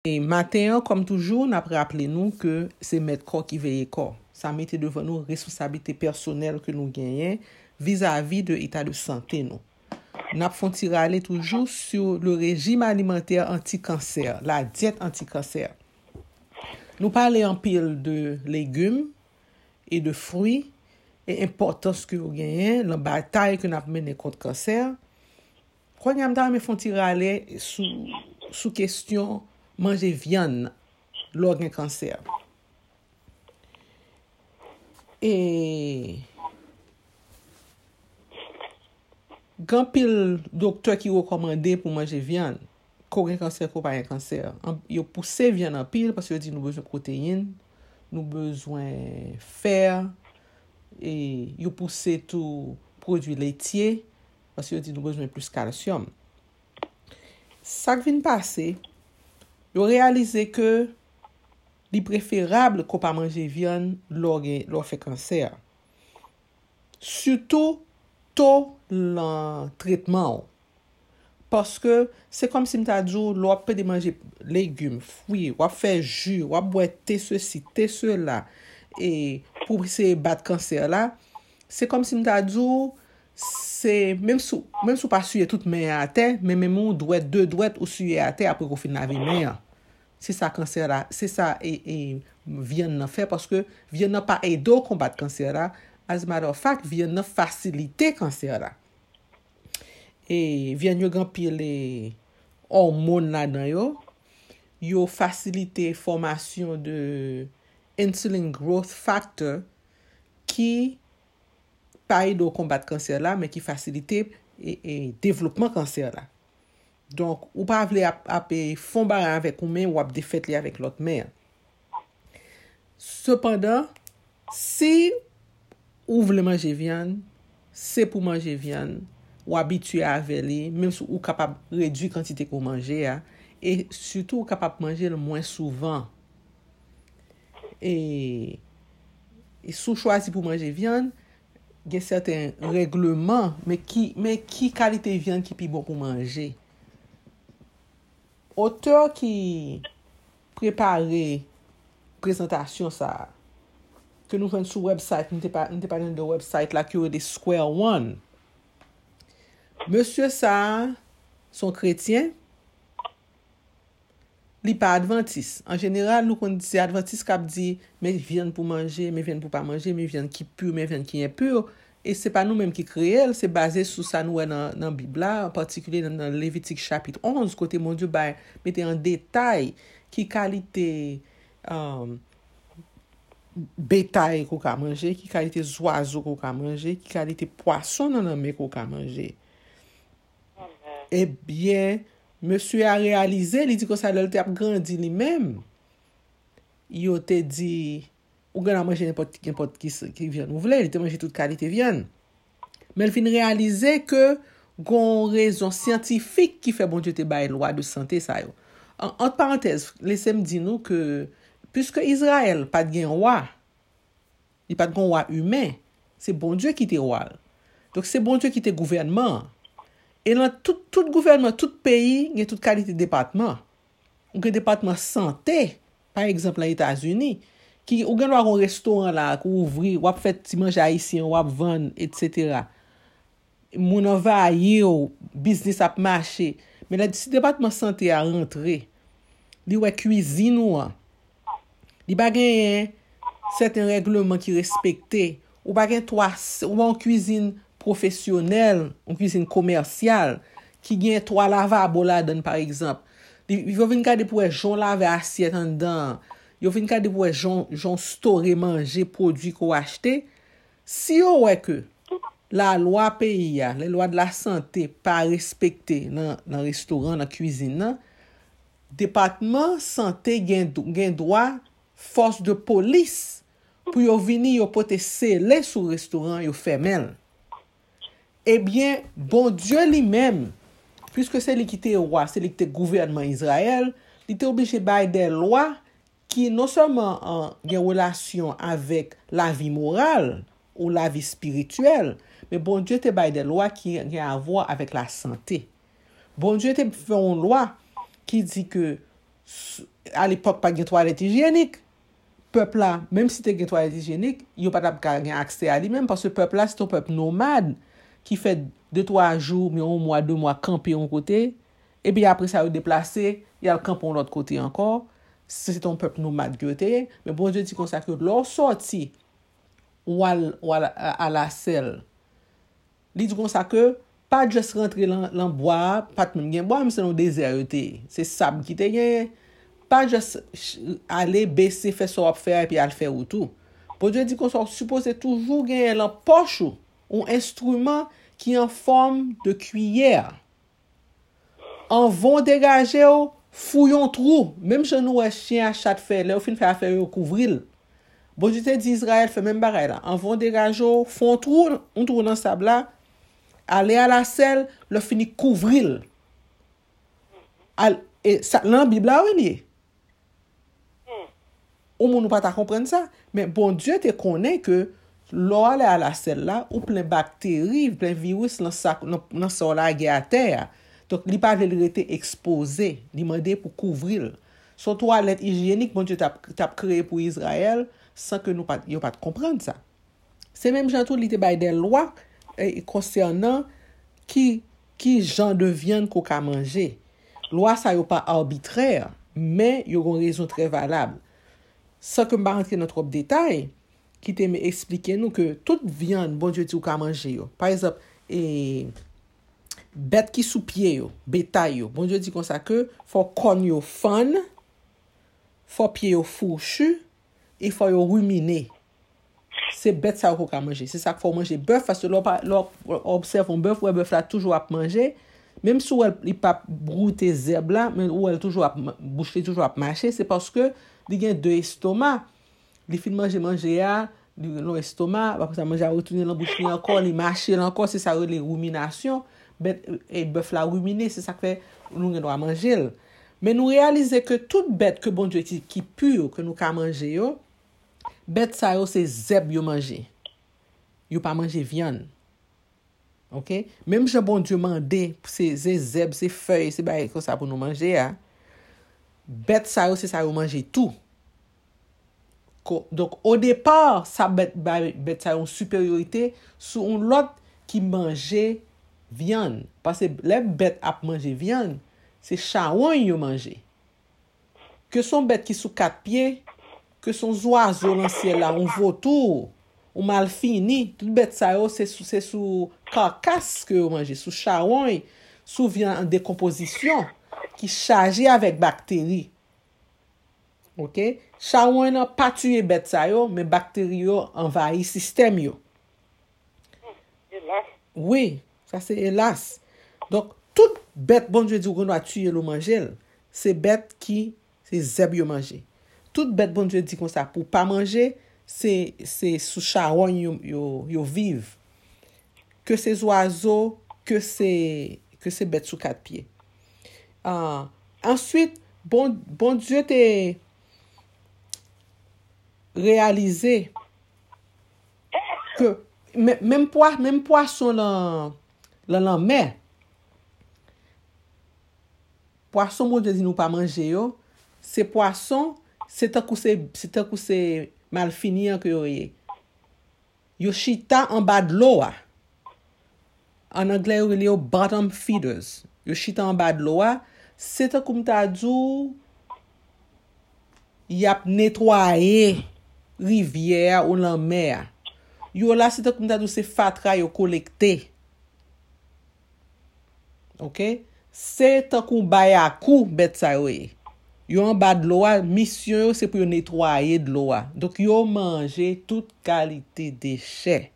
Et matin, comme toujours, nous avons rappelé nous que c'est mettre corps qui veille corps. Ça mettait devant nous responsabilité personnelle que nous gagnons vis-à-vis de l'état de santé nous. Nous avons tiré toujours sur le régime alimentaire anti-cancer, la diète anti-cancer. Nous parlons en pile de légumes et de fruits et importance que vous gagnez, la bataille que nous avons menée contre le cancer. Quand nous avons tiré sous question manger viande lors d'un cancer. Et grand pile docteur qui recommandait pour manger viande, qu'on a un cancer ou pas un cancer. Il pousse viande en pile parce qu'il dit nous besoin de protéines, nous besoin de fer et il pousse tout produit laitier parce qu'il dit nous besoin de plus de calcium. Ça qui vient passer, il réalisé que il préférable qu'on pas manger viande lors fait cancer. Surtout tôt le traitement. Parce que c'est comme si m'ta dit l'on peut de manger légumes, fruits, ou faire jus, ou boire thé ceci, thé cela et pour essayer battre cancer là, c'est comme si m'ta dit c'est même sous pas suer toute main à terre, mais même on doit deux doigts ou suer à terre après qu'on finit laver main. C'est ça cancer là, c'est ça et viande fait parce que viande n'a pas aidé à combattre cancer là. As a matter of fact, viande faciliter cancer là. Et viande yo grand pile les hormones là dedans yo faciliter formation de insulin growth factor qui pas aidé à combattre cancer là mais qui faciliter et développement cancer là. Donc ou pas vle à fond barre avec ou main ou ap défaite li avec l'autre main. Cependant, si ou voulez manger viande, c'est pour manger viande ou habitué à avaler, même si ou capable réduire quantité qu'on manger et surtout capable manger le moins souvent. Et sous choisi pour manger viande, il y a certains règlements mais qui qualité viande qui plus bon pour manger. Auteur qui préparait présentation ça que nous faisons sur website, nous pas dans de website là qui est des Square One. Monsieur ça son chrétien, il pas adventiste. En général, nous on dit adventiste qui dit mais viande pour manger, mais viande pour pas manger, mais viande qui pure, mais viande qui est pure. Et c'est pas nous-mêmes qui créons, c'est basé sur ça nous dans la Bible, en particulier dans Lévitique chapitre 11, côté mon Dieu mettez en détail qui qualité bétail qu'on a manger, qui qualité oiseau qu'on a manger, qui qualité poisson dans la mer qu'on a manger. Eh bien, monsieur a réalisé, il dit que ça l'a grandi lui-même. Il te dit ou gana manger n'importe qui vient nous voulait, il te manger toute qualité viande. Mais il fin réaliser que gon raison scientifique qui fait bon Dieu te bail loi de santé ça yo. Entre parenthèses, laissez-moi dire nous que puisque Israël pas de roi, il pas de roi humain, c'est bon Dieu qui te roi. Donc c'est bon Dieu qui te gouvernement. Et dans tout gouvernement, tout pays, il y a toute qualité de département. Un département santé, par exemple les États-Unis, qui ou gen un restaurant là qui ouvrir ou fait ti manger haïtien ou vendre etc. Moun va yo business a marché, mais le département santé a rentré. Li wè cuisine ou li pa gen certains règlements qui respecté ou pa gen ou en cuisine professionnelle, en cuisine commerciale qui gen 3 lavabo là dedans par exemple. Li yo vinn gade pour jon laver assiette en dedans. Yo vinn gade pour jon store manger produit qu'on acheter. Si yo wè que la loi pays les lois de la santé pas respecté dans restaurant, dans cuisine, département santé gen droit force de police pour yo vini yo pote sceller sur restaurant yo fermel. Eh bien, bon Dieu lui-même, puisque c'est lui qui était roi, c'est lui qui était gouvernement Israël, il était obligé de bailler des lois qui non seulement en relation avec la vie morale ou la vie spirituelle, mais bon Dieu te baille des lois qui ont à voir avec la santé. Bon Dieu te fait une loi qui dit que à l'époque, pas de toilette hygiénique. Peuple là, même si tu as une toilette hygiénique, il n'y a pas accès à lui-même parce que le peuple là, c'est un peuple nomade qui fait 2-3 jours, mais 1 mois, 2 mois, camper un côté. Et puis après ça, il déplacé, il y a le camp de l'autre côté encore. C'est un peuple nomade que tu. Mais bon Dieu dit comme ça que leur sortie ou à la selle, il dit comme ça que pas juste rentrer dans bois, pas de même bois, mais c'est dans désert. C'est sable qui te gagne. Pas juste aller baisser, faire ça, faire et puis aller faire ou tout. Bon Dieu dit qu'on soit supposé toujours gagner dans poche un instrument qui est en forme de cuillère. En vont dégager, fouillons trou. Même si nous, chien à chat fait, là, au fin fait affaire, couvrir. Bon Dieu te dit Israël fait même pareil là. En vont dégager, font trou, on trou dans le sable là, aller à la selle, le fini couvrir. Et ça, dans la Bible là, oui. Au monde nous pas comprendre ça, mais bon Dieu te connaît que l'eau aller à la selle là, ou plein bactéries, plein virus dans ça là à terre. Donc il pas veut rester exposé, il demandé pour couvrir. Son toilette hygiénique, bon Dieu t'a créé pour Israël sans que nous pas comprendre ça. C'est même gens tout il te bail des lois concernant qui genre de viande qu'on a manger. Loi ça yo pas arbitraire, mais yo une raison très valable. Sans que je ne rentre dans trop de détails, qui te expliquer nous que toute viande, bon Dieu dit ou ka manger yo. Par exemple, bête qui sous pied yo, bétail yo. Bon Dieu dit comme ça que faut corne yo fan, faut pied yo fourchu, et faut yo ruminer. C'est bête ça qu'on ka manger. C'est ça qu'il faut manger bœuf parce que l'on observe un bœuf ou un bœuf là toujours à manger. Même si il pas brouter zèbre là, mais ou elle toujours à boucher toujours à marcher, c'est parce que il y a deux estomacs. Il fait manger à l'estomac, après ça manger à retourner dans bouche encore, il marcher encore, c'est ça les ruminations. Et bœuf la ruminer, c'est ça que fait nous doit manger. Mais nous réaliser que toute bête que bon Dieu qui pure que nous ka manger yo, bête ça yo c'est zèbre yo manger. Yo pas manger viande. OK? Même si bon Dieu mandé ces zèbres, ces feuilles, c'est bail comme ça pour nous manger hein. Bête ça yo c'est ça yo manger tout. Donc au départ, ça bête ça une supériorité sur un l'autre qui mangeait viande parce que les bêtes à manger viande, c'est chaouin yo manger. Que son bête qui sous 4 pieds, que son oiseau dans ciel là, un vautour, ou mal fini, toute bête ça yo c'est sous carcasse que yo manger, sous chaouin, sous viande en décomposition qui chargé avec bactéries. OK? Chaouin n'a pas tué bête ça yo, mais bactéries yo envahi système yo. Hélas. Oui, ça c'est hélas. Donc toute bête bon Dieu dit qu'on doit tuer le manger, c'est bête qui c'est zèbre yo manger. Toute bête bon Dieu dit comme ça pour pas manger, c'est sous chaouin yo vivent. Que ces oiseaux, que ces bêtes sous 4 pieds. Ensuite, bon Dieu t'a réalisé que même poisson dans la mer, poisson bon Dieu dit nous pas manger yo, c'est poisson, c'est tant que c'est mal fini que yo chita en bas de l'eau. En anglais on dit bottom feeders. Yo chita en bas de l'eau, c'est tant comme t'a dit y a nettoyer rivière ou la mer. Yo là c'est comme t'a dit c'est fatra yo collecté. OK? C'est tant qu'on bail à coup bête ça yo en bas de l'eau, mission c'est pour nettoyer de l'eau. Donc yo manger toute qualité déchets.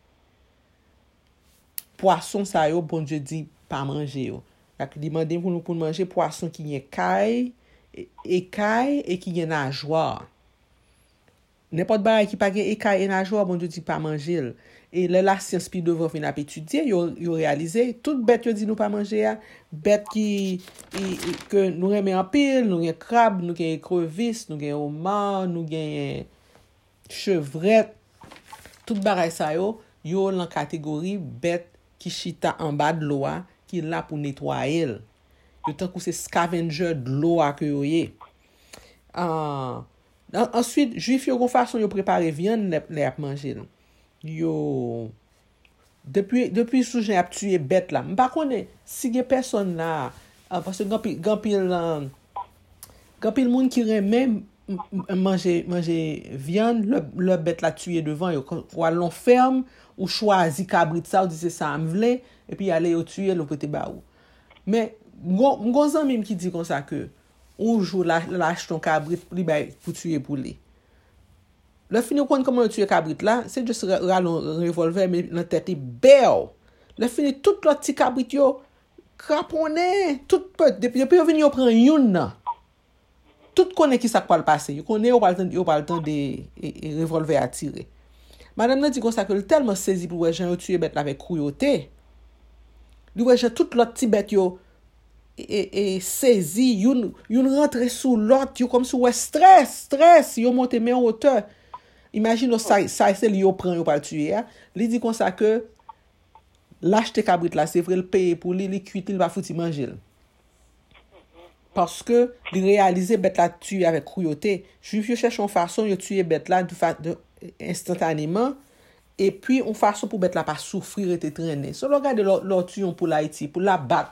Poisson ça yo bon Dieu dit pas manger yo. Donc demander pour nous pour manger poisson qui est caille et qui est nageoire. N'importe quoi qui pas écaille et nageoire bon Dieu dit pas manger. Et la science puis devrait venir étudier, yo réaliser toute bête yo dit nous pas manger bête qui que nous remet en pile, nous gen crabe, nous gen écrevisse, nous gen homard, nous gen chevrette, toute bagaille ça yo dans catégorie bête qui chita en bas de l'eau qui là pour nettoyer. Yo tant que c'est scavenger de l'eau que yo yé. Ensuite, juif yo gon façon yo préparer viande les ap manger. Yo depuis sou jen ap tuer bête là. M'pa connaît si gen personne là parce que ganpil moun qui remet manger viande le bête la tuer devant yo ou allon ferme ou choisi cabrit ça ou dit c'est ça m'vle et puis aller yo tuer le côté ba ou. Mais m'gon zanmi qui dit comme ça que ou jour lâche ton cabrit pour tuer pour lui. Le fini kon comment tuer cabrit là, c'est juste ralon revolver mais dans tête belle. Le fini tout l'autre petit cabrit yo craponné, tout depuis yo vinn yo prend youn. Tout connaît qui ça va le passer. Yo connaît yo pas le temps de revolver à tirer. Madame nan dit comme ça que tellement saisi pour gens yo tuer bête là avec cruauté. Li wè tout l'autre petit bête yo et saisi, yon rentre sous l'autre, yo comme si ouais stress, yo monte mais en hauteur. Imagine ça c'est li yo prend yo pas tuer. Li dit comme ça que l'acheter cabrit là, c'est vrai le payer pour li cuit, il va fouti manger. Parce que li réaliser bête là tuer avec cruauté. Juif yo cherche une façon yo tuer bête là instantanément et puis une façon pour bête là pas souffrir et te traîner. So regarde leur tuyon pour l'Haïti, pour la battre.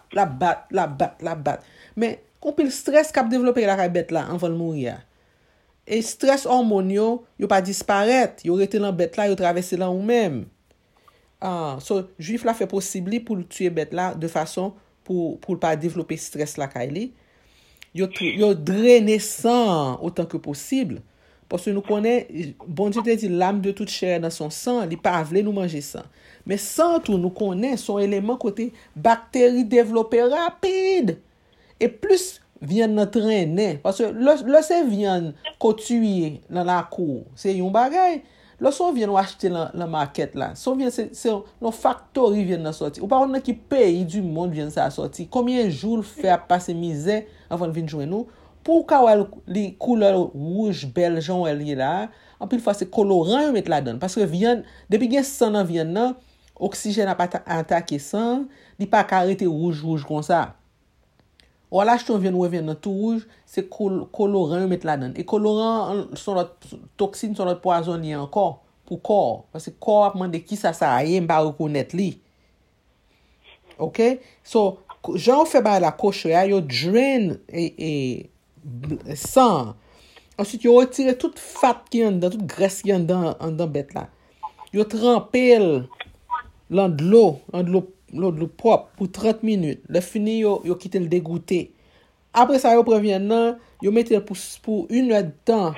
Mais qu'on peut le stress qu'a développer la bête là avant de mourir. Et stress hormonal, yo pas disparaître, yo rete dans bête là, yo traverser là ou même. So juif là fait possible pour tuer bête là de façon pour pas développer stress là kaili. Yo drainer sang autant que possible. Parce que nous connaissons, bon Dieu te dit, l'âme de toute chair dans son sang, il pas vle nous manger sang. Mais sans tout, nous connaissons son élément côté bactéries développées rapide. Et plus viande nan traîner. Parce que le c'est viande qu'on tue dans la cour, c'est un bagay. Lorsqu'on vient acheter la market là, son vient c'est nos factory vient sortir. Ou pas on qui pays du monde vient ça sortir. Combien de jours fait à passer misère avant de venir joindre nous? Pour qu'elle les couleurs rouge belge elle là, en plus fois c'est colorant mettre là-dedans parce que viande depuis que sang dans viande là, oxygène a pas attaqué sang, il pas arrêter rouge comme ça. Ou là je viande dans tout rouge, c'est colorant mettre là-dedans. Et colorant sont notre toxine, sont notre poisonnier encore pour corps parce que corps a demandé qui ça aille pas reconnaître li. OK? So Jean fait ba la coche yo drain et sang. Ensuite, yo retire toute fat qui en dans toute graisse qui en dans bête là. Yo trempé dans de l'eau propre pour 30 minutes. Le fini yo quitte le dégoûté. Après ça yo prévient nan, yo mette pour 1 heure de temps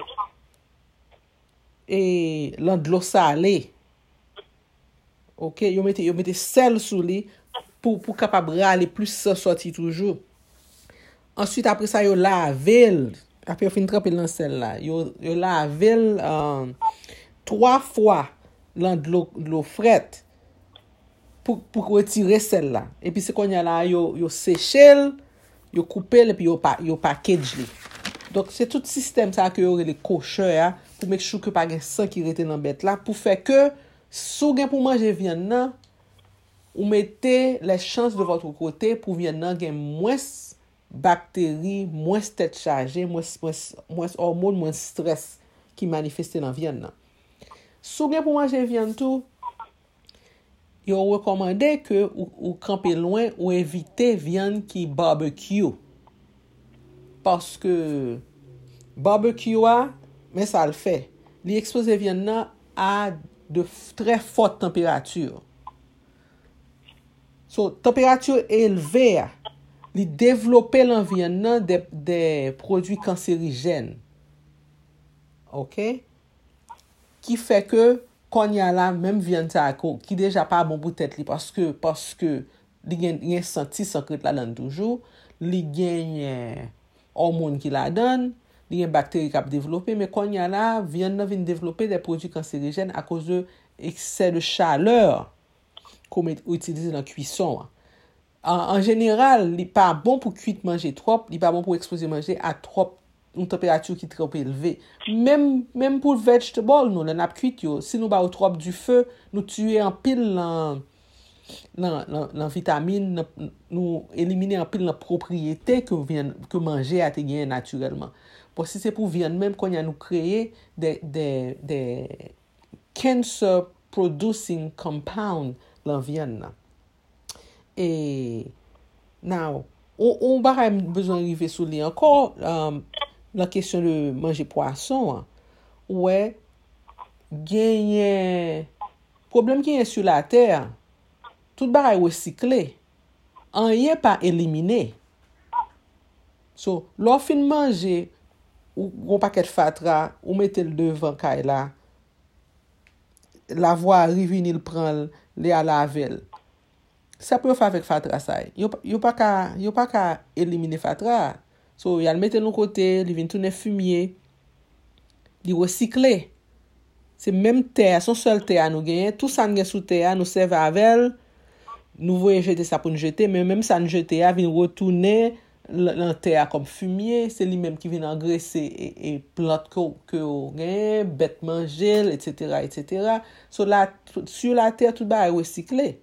et dans de l'eau salée. OK, yo mette sel sous lui pour capable râler plus ça sorti toujours. Ensuite, après ça, yo lavel. Après, yo fin tremper dans sel là. Yo lavel 3 fois dans de l'eau frette pour retirer sel là. Et puis, c'est qu'on y a là, yo séché, yo coupé, et puis yo package li. Donc, c'est tout système ça que yo les cocheur pour make sure que pas gen sang qui rete dans bête là pour faire que sou gen pour manger viande nan, ou mettez les chances de votre côté pour viande nan gen moins bactéries, moins tête chargée, moins hormones, moins stress qui manifeste dans viande. Si vous pour manger viande tout, il recommandé que ou camper loin ou éviter viande qui barbecue. Parce que barbecue mais ça le fait. Il expose viande à de très fortes températures. So température élevée li développer l'environnement des produits cancérigènes. OK? Qui fait que quand il y a la même viande ça qui déjà pas bon pour tête li parce que li gen senti secret là dedans toujours, li gen hormone qui la donne, li gen bactéries qui a développé mais quand il y a la viande vient développer des produits cancérigènes à cause de excès de chaleur qu'on utilise dans la cuisson. En général, il n'est pas bon pour cuire manger trop, il n'est pas bon pour exposer manger à trop une température qui est trop élevée. Même pour le vegetable, nous, la cuit, si nous avons trop du feu, nous tuer en pile la vitamine, nous éliminer en pile la propriété que manger a été gagné naturellement. Bon, si c'est pour viande même, qu'on y a nous créé des cancer producing compound dans viande là. Et now, on va besoin d'arriver sur lui encore la question de manger poisson. Ouais, gagner problème qui est sur la terre, tout bagaille recyclé, rien pas éliminé. So, l'on fin manger ou un paquet de fatra, ou mettez le devant kay là, la voie arrive, il prend les à laver. Ça peut faire avec fatra ça. Yo pas qu'à éliminer fatra. So, y a le mettre de côté, il vient tourner fumier, il recycler. C'est même terre, son seul terre nous gagne, tout ça nous sous terre, nous serve avec, nous voyons jeter ça pour nous jeter, mais même ça nous jeter, vient retourner dans terre comme fumier, c'est lui-même qui vient engraisser et plantes que gagne, bêtes manger, etc., etc. So, sur la terre, tout va recycler.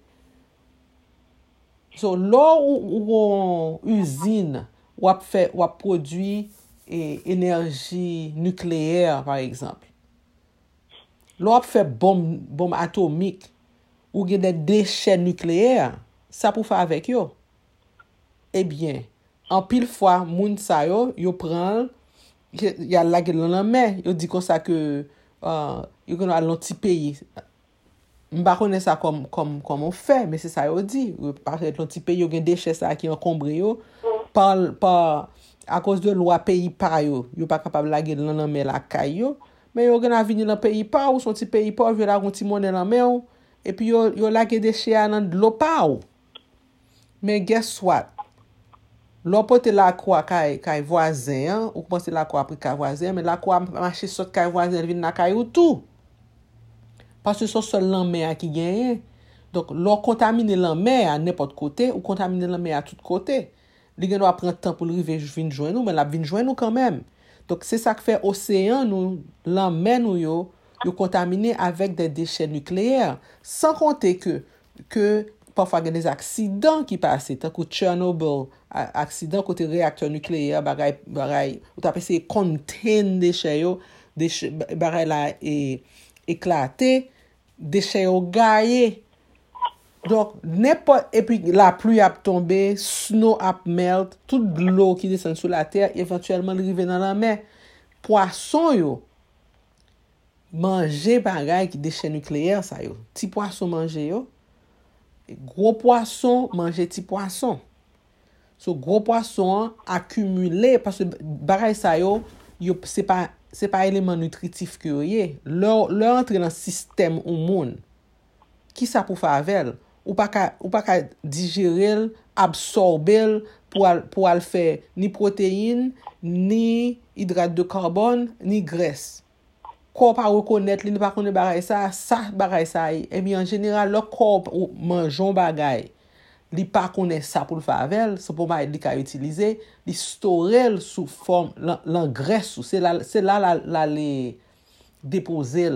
So, là où on usine, ou produit énergie nucléaire, par exemple. Là, on fait bombe atomique, ou des déchets nucléaires, ça pour faire avec eux. Eh bien, en pile fois, moun sa yo prend, y a la gueule dans la main, yo dit comme ça que, yo qu'on a l'anti pays. M'pa connaît ça comme on fait, mais c'est ça yo dit. Parce que l'anti pays, yo gen déchets ça qui encombre yo, par à cause de loi pays pa yo pas capable la gueule dans la main la kay yo. Mais yo gen a vini dans pays pa ou son petit pays pa, yo la gon ti monnaie dans main et puis yo la gen déchets dans de l'eau pa ou. Mais guess what? L'on porte la croix kay voisin, ou pense la croix pour kay voisin, mais la croix marcher sot kay voisin vinn na kay ou tout. Parce que c'est seul l'en qui gagne. Donc l'on contamine l'en à n'importe côté ou contamine l'en à tout côté. Li gen doit prendre temps pour arriver vinn joindre nous, mais la vinn joindre nous quand même. Donc c'est ça que fait océan nous l'en nous yo contaminé avec des déchets nucléaires, sans compter que parfois il y a des accidents qui passent, tant que Tchernobyl, accident côté réacteur nucléaire, bagay, ou t'as passé contain déchets bagay là éclaté, déchets gaillé. Donc n'importe, et puis la pluie a tombé, snow a melt, toute l'eau qui descend sur la terre éventuellement arrive dans la mer. Poisson yo manger bagay qui déchets nucléaires ça yo. Ti poisson manger yo. Gros poisson manger petit poisson. So gros poisson accumulé parce que bagay ça yo c'est pas élément nutritif que yé. Leur entrer dans système au monde. Qui ça pour faire avec? Ou pas qu'à digérer, absorber pour al faire ni protéines, ni hydrate de carbone, ni graisse. Corps pas reconnaître, li pas connaît bagay ça bagay ça. Et bien en général, le corps mangeon bagay, li pas connaît ça pour le faire avec, c'est pour pas li ka utiliser, li storer sous forme l'engraisse, c'est là les déposer.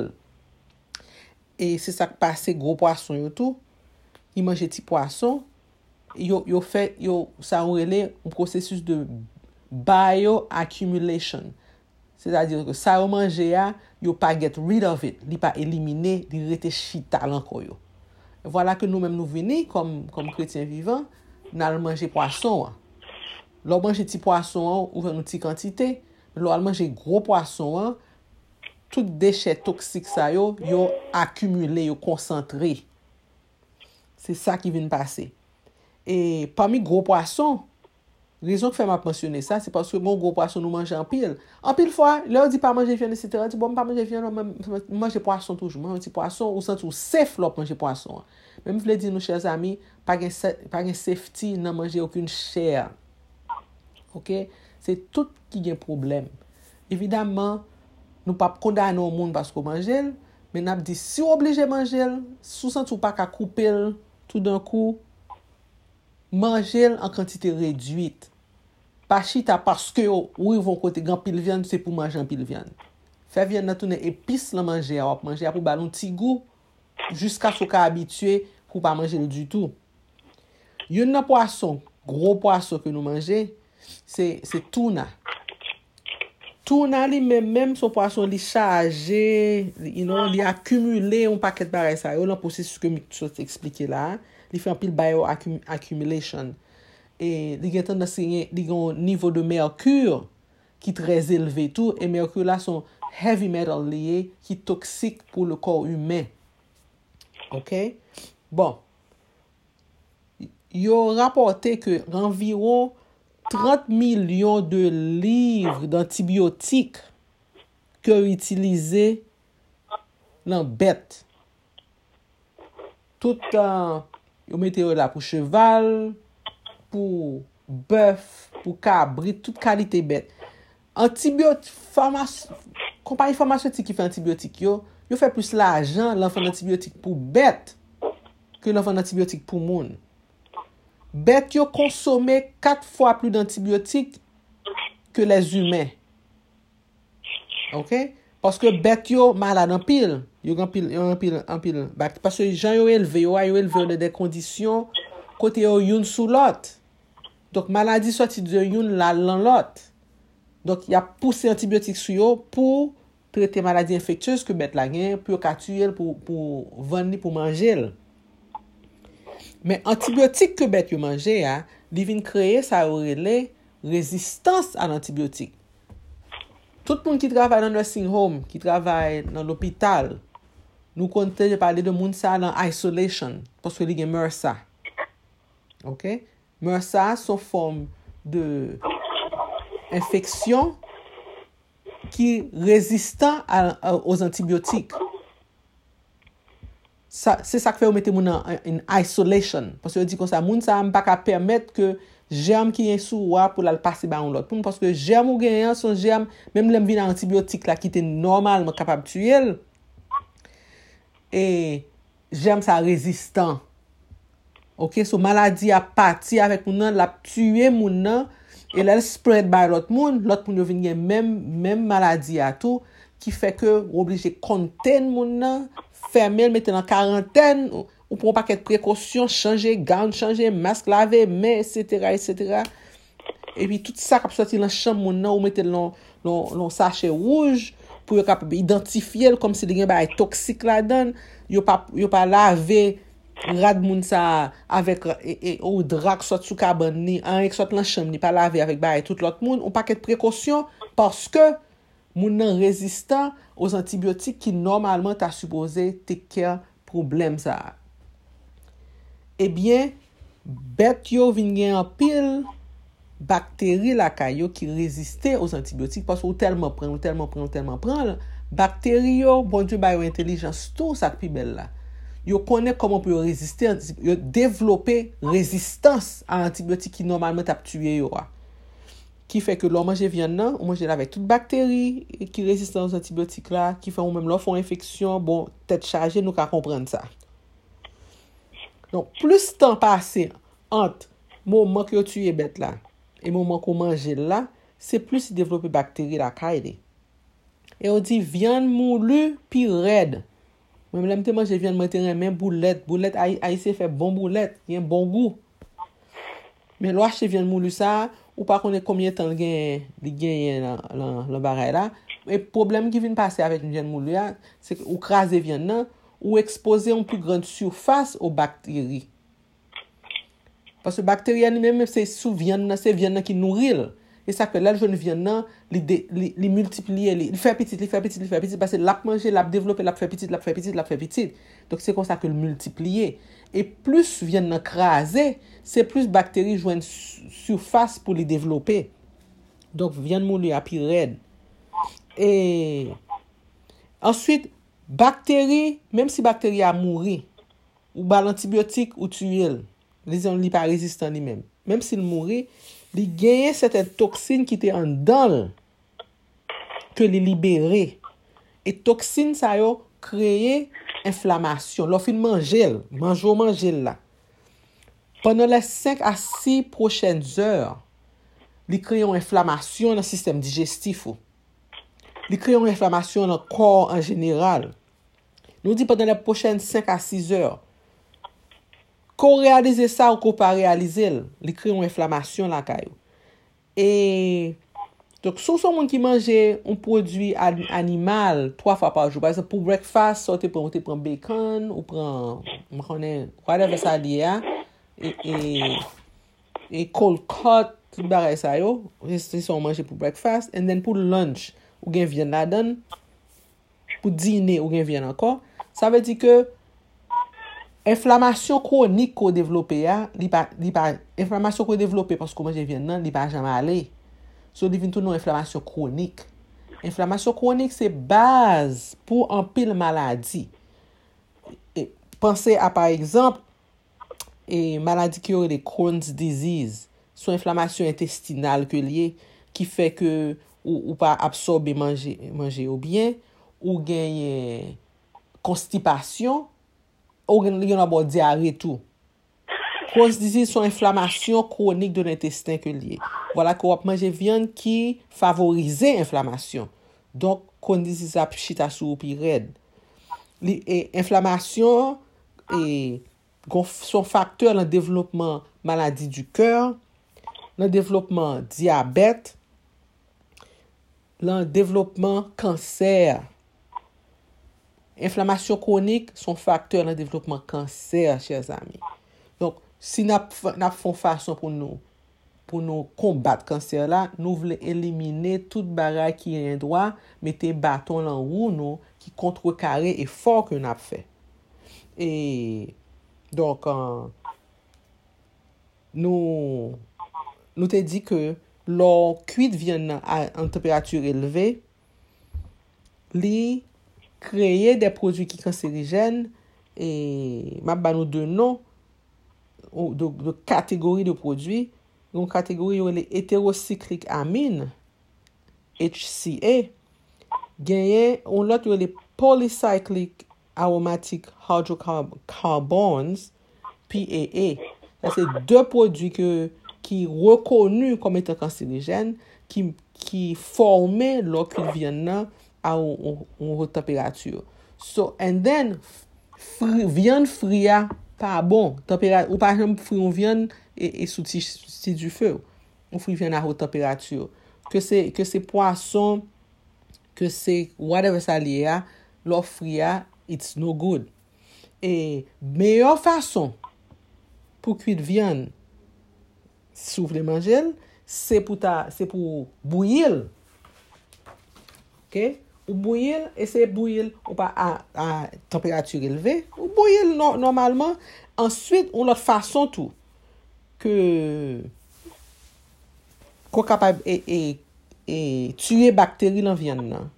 Et c'est ça que passe gros poisson yo tout. Il mange petit poisson, yo fait ça relève un processus de bioaccumulation. C'est-à-dire que ça yo manger a, yo pas get rid of it, li pas éliminer, li rete chita encore yo. Voilà que nous-mêmes nous venons comme chrétiens vivants, nous manger poisson. L'on mange petit poisson ou une petite quantité, l'on mange gros poisson, tout déchet toxique ça yo accumulé, yo concentré. C'est ça qui vient passer. Et parmi gros poissons, raison que fait m'a mentionner ça, c'est parce que bon gros poisson nous mange en pile. En pile fois, là dit pas manger viande etc. Dit bon pas manger viande, manger poisson toujours, manger petit poisson ou sans tout safe là manger poisson. Même voulais dire nos chers amis, pas gain safety dans manger aucune chair. OK? C'est tout qui a un problème. Évidemment, nous pas condamner au monde parce qu'on mange, mais n'a dit si on obligé manger, sous sans tout pas qu'à couper tout d'un coup, manger en quantité réduite. Pas chita parce que ou ils vont côté grand pile viande, c'est pour manger en pile viande. Faire viande dans tourner épice la manger, on manger pour ballon petit goût jusqu'à ce qu'on habitué pour pas manger du tout. Yon poisson, gros poisson que nous manger, c'est tuna. tuna li même son poisson li chargé, li accumulé un paquet de bagages ça, là processus que je t'expliquer là, li fait un pile bio accumulation. Et li gen tendance li gon niveau de mercure qui très élevé tout, et mercure là sont heavy metal lié qui toxique pour le corps humain. OK? Bon. Yo rapporté que environ 30 millions de livres d'antibiotiques que utilisés dans bête. Tout yo mettez là pour cheval, pour bœuf, pour cabrit, toute qualité bête. Antibiotiques, compagnie pharmaceutique qui fait antibiotiques, yo fait plus l'argent l'enfant d'antibiotiques pour bête que l'enfant d'antibiotiques pour moun. Bête yo consomme 4 fois plus d'antibiotiques que les humains. OK? Parce que bête yo malade en pile. Yo en pile. Parce que gens yo élevé dans des conditions côté yo youn sous l'autre. Donc maladie sorti de youn la l'autre. Donc il y a poussé antibiotiques sur yo pour traiter maladie infectieuse que bête la gen pour tuer pour vendre pour manger. Mais antibiotiques que bête yo manger a, li vinn créer ça relè résistance à l'antibiotique. Tout le monde qui travaille dans le nursing home, qui travaille dans l'hôpital, nous comptons parler de moun sa dans isolation parce que li gen MRSA. OK? MRSA sont forme de infection qui résistant aux antibiotiques. Ça, c'est ça que fait ou mette moun en isolation. Parce que dit comme ça, moun sa pas permettre que germe qui est sous wa pour la passer ba on l'autre. Parce que germe ou gen son germe, même l'em vin antibiotique là qui était normalement capable de tuer. Et germe ça résistant. OK, so maladie a parti avec moun nan, la tuer moun nan et la spread by l'autre moun yo vinn gen même maladie à tout qui fait que obligé contain moun nan, fermer, mettre en quarantaine, ou pour un paquet de précautions, changer gants, changer masque, laver mains, etc. Et puis tout ça qui sorti dans chambre moun nan ou mettre dans sachet rouge pour capable identifier comme si il y a un toxique là-dedans, yo pas laver rad moun sa avec ou drac soit sous cabane ni un soit dans chambre ni pas laver avec bail tout l'autre monde, un paquet de précautions parce que moun nan résistant aux antibiotiques qui normalement t'a supposé take care problème ça. Eh bien, bête yo vinn gen en pile bactéries la kayo qui résistaient aux antibiotiques parce que tellement prend bactéries yo bon Dieu ba yo intelligence tout ça pi belle là. Yo connaît comment pour résister, yo développer résistance à antibiotiques qui normalement t'a tué yo. Qui fait que l'on mange viande nan, on mange avec toute bactérie qui résistent aux antibiotiques là, qui fait ou même l'on font infection, bon, tête chargée, nous ka comprendre ça. Donc, plus temps passé entre moment que tu es bête là et moment qu'on mange là, c'est plus développer bactéries la caille. Et on dit viande moulue puis raide. Même l'aime te manger viande matin même boulette haïtien fait bon boulette, il y a un bon goût. Mais l'on achète viande moulue ça ou pas connaît combien de temps il gagne dans bagaille là. Et problème qui vient passer avec une viande moulue c'est que ou craser viande nan ou exposer une plus grande surface aux bactéries. Parce que bactéries même c'est sous viande c'est viande qui nourrit. Et ça que là jeune viande nan li multiplier il fait petit parce que l'a manger l'a développer l'a fait petit. Donc c'est comme ça que le multiplier. Et plus viande nan craser, c'est plus bactéries joignent surface pour les développer. Donc viande moulue à pi raide. Et ensuite bactéries, même si bactéries a mouri ou ba l'antibiotique ou tuer, les on li pas résistant lui même. Même s'il mourit, il gagne certaines toxines qui étaient en dedans que les libérer. Et toxines ça yo créer inflammation. L'offre manger là. Pendant les 5 à 6 prochaines heures, il crée une inflammation dans le système digestif. Il crée une inflammation dans le corps en général. Nous dit pendant les prochaines 5 à 6 heures, qu'on réalise ça ou qu'on pas réaliser, il crée une inflammation là caillou. Et Donc, si son monde qui mange un produit animal 3 fois par jour, par exemple, pour breakfast, so, tu prends bacon, ou prends, whatever ça dit, et cold cut, tout bagay ça yo, c'est son manger pour breakfast, and then pour lunch, ou gen viande la donne, pour dîner, ou gen viande encore, ça veut dire que inflammation chronique qu'on développe, inflammation qu'on développe parce qu'on mange viande nan, li pa jamais aller. So, li vin tout nou inflammation chronique. Inflammation chronique, c'est base pour un pile maladie. Et pensez à, par exemple, maladie qui aurait les Crohn's disease, son inflammation intestinale que lié, qui fait que ou pas absorber manger ou bien, ou gagne constipation, ou gagne une diarrhée tout. Crohn's disease son inflammation chronique de l'intestin que lié. Voilà qu'on va manger viande qui favorise l'inflammation. Donc, Crohn's disease a chita sou pi red. Inflammation et son facteur dans le développement maladie du cœur, dans le développement diabète, dans le développement cancer. Inflammation chronique son facteur dans le développement cancer, chers amis. Donc, si nous faisons façon pour nous combattre cancer là, nous voulons éliminer toute barrière qui est un droit, mettre bâton en roue nous qui contrecarrer et fort que nous avons fait. Et donc nous te dit que l'or cuite viande en température élevée, li créer des produits qui cancérigènes et m'a ba nous deux noms de catégories de produits. Une catégorie les hétérocycliques amines HCA, gagné on l'autre les polycyclic aromatic hydrocarbons PAA. Ça c'est deux produits qui reconnus comme étant cancérigènes qui formaient leur viande à une haute température. So and then viande frite pas bon température ou par exemple frire viande et sous du feu on frire viande à haute température que c'est poisson que c'est whatever ça lié l'or frire it's no good. Et meilleure façon pour cuire viande si vous voulez manger c'est pour bouillir. OK? Ou bouillir, essayer de bouillir ou pas à température élevée, ou bouillir normalement. Ensuite, on l'autre façon tout que qu'on capable et tuer bactéries dans viande.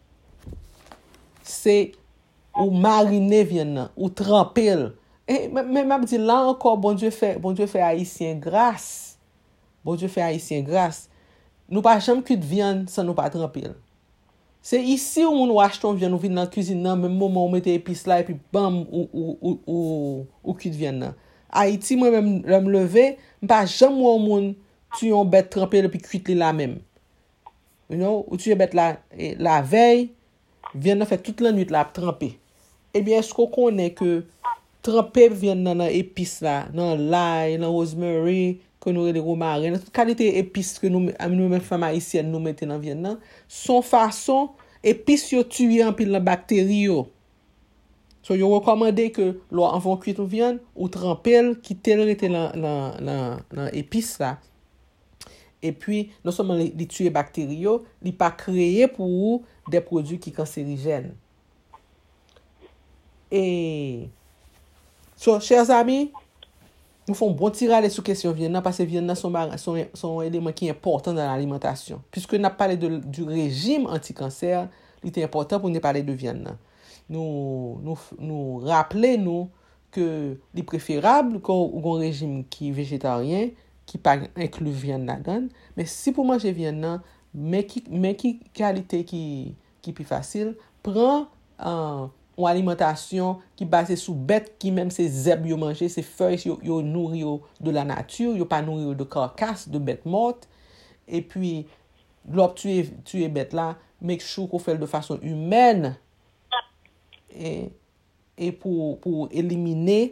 C'est ou mariner viande ou tremper. Et même dit là encore bon Dieu fait haïtien grâce. Bon Dieu fait haïtien grâce. Nous pas jamais cuire viande sans nous pas tremper. C'est ici où nous achetons viande, nous venons dans la cuisine, dans le même moment où on met épices là, et puis bam, ou cuit de viande. Haïti, moi-même, je me lever, je ne pas jamais au monde tuer une bête trempée et puis cuite là même. You know, ou tuer bête la veille, viande fait toute la nuit là, trempée. Eh bien, est-ce qu'on connaît que tremper viande dans l'épice là, dans l'ail, dans rosemary, que nous les romarin, toute qualité épices que nous femmes haïtiennes nous mettons dans viande, son façon épices yo tuer en pile la bactérie yo. So yo recommandé que l'on avant cuire viande ou tremper quitter rester dans épices là. Et puis non seulement les tuer bactéries yo, li pas créer pour des produits qui cancérigènes. Et so chers amis, nous faisons bon tirage sur question viande parce que viande sont éléments qui est important dans l'alimentation. Puisque nous avons parlé du régime anti-cancer, il est important pour nous parler de viande. Nous rappelons que il est préférable qu'on un régime qui est végétarien, qui pas inclut viande là-dedans, mais si pour manger viande, mais qui qualité qui plus facile, prend une alimentation qui basée sur bête qui même ces zèbres yo manger ces feuilles yo nourri de la nature yo pas nourri de carcasse de bête morte et puis lorsque tu es bête là make sure qu'on fait de façon humaine et pour éliminer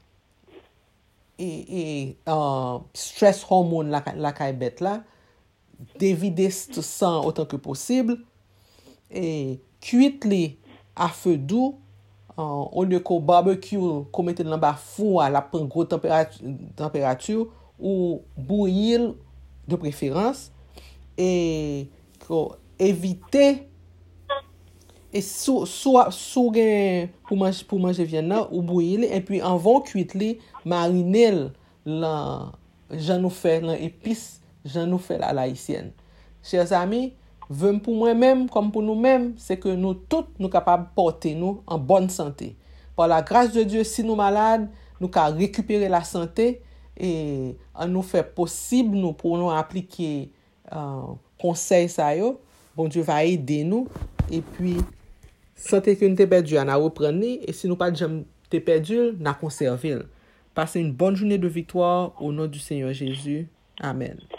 et stress hormone la bête là dévider ce sang autant que possible et cuire à feu doux au lieu qu'au barbecue qu'on mette dans bas four à la prendre grosse température ou bouillir de préférence et éviter et soit pour manger viande ou bouillir et puis avant cuite mariner là j'en nous fait l'épice j'en nous fait la haïtienne. Chers amis, veut pour moi-même comme pour nous-mêmes, c'est que nous tous nous capables de porter nous en bonne santé. Par la grâce de Dieu, si nous malades, nous pouvons récupérer la santé et nous fait possible nous pour nous appliquer conseil ça yo. Bon Dieu va aider nous et puis santé que nous t'ai perdu, on a reprendre et si nous pas jamais t'ai perdu, on a conservé. Passez une bonne journée de victoire au nom du Seigneur Jésus. Amen.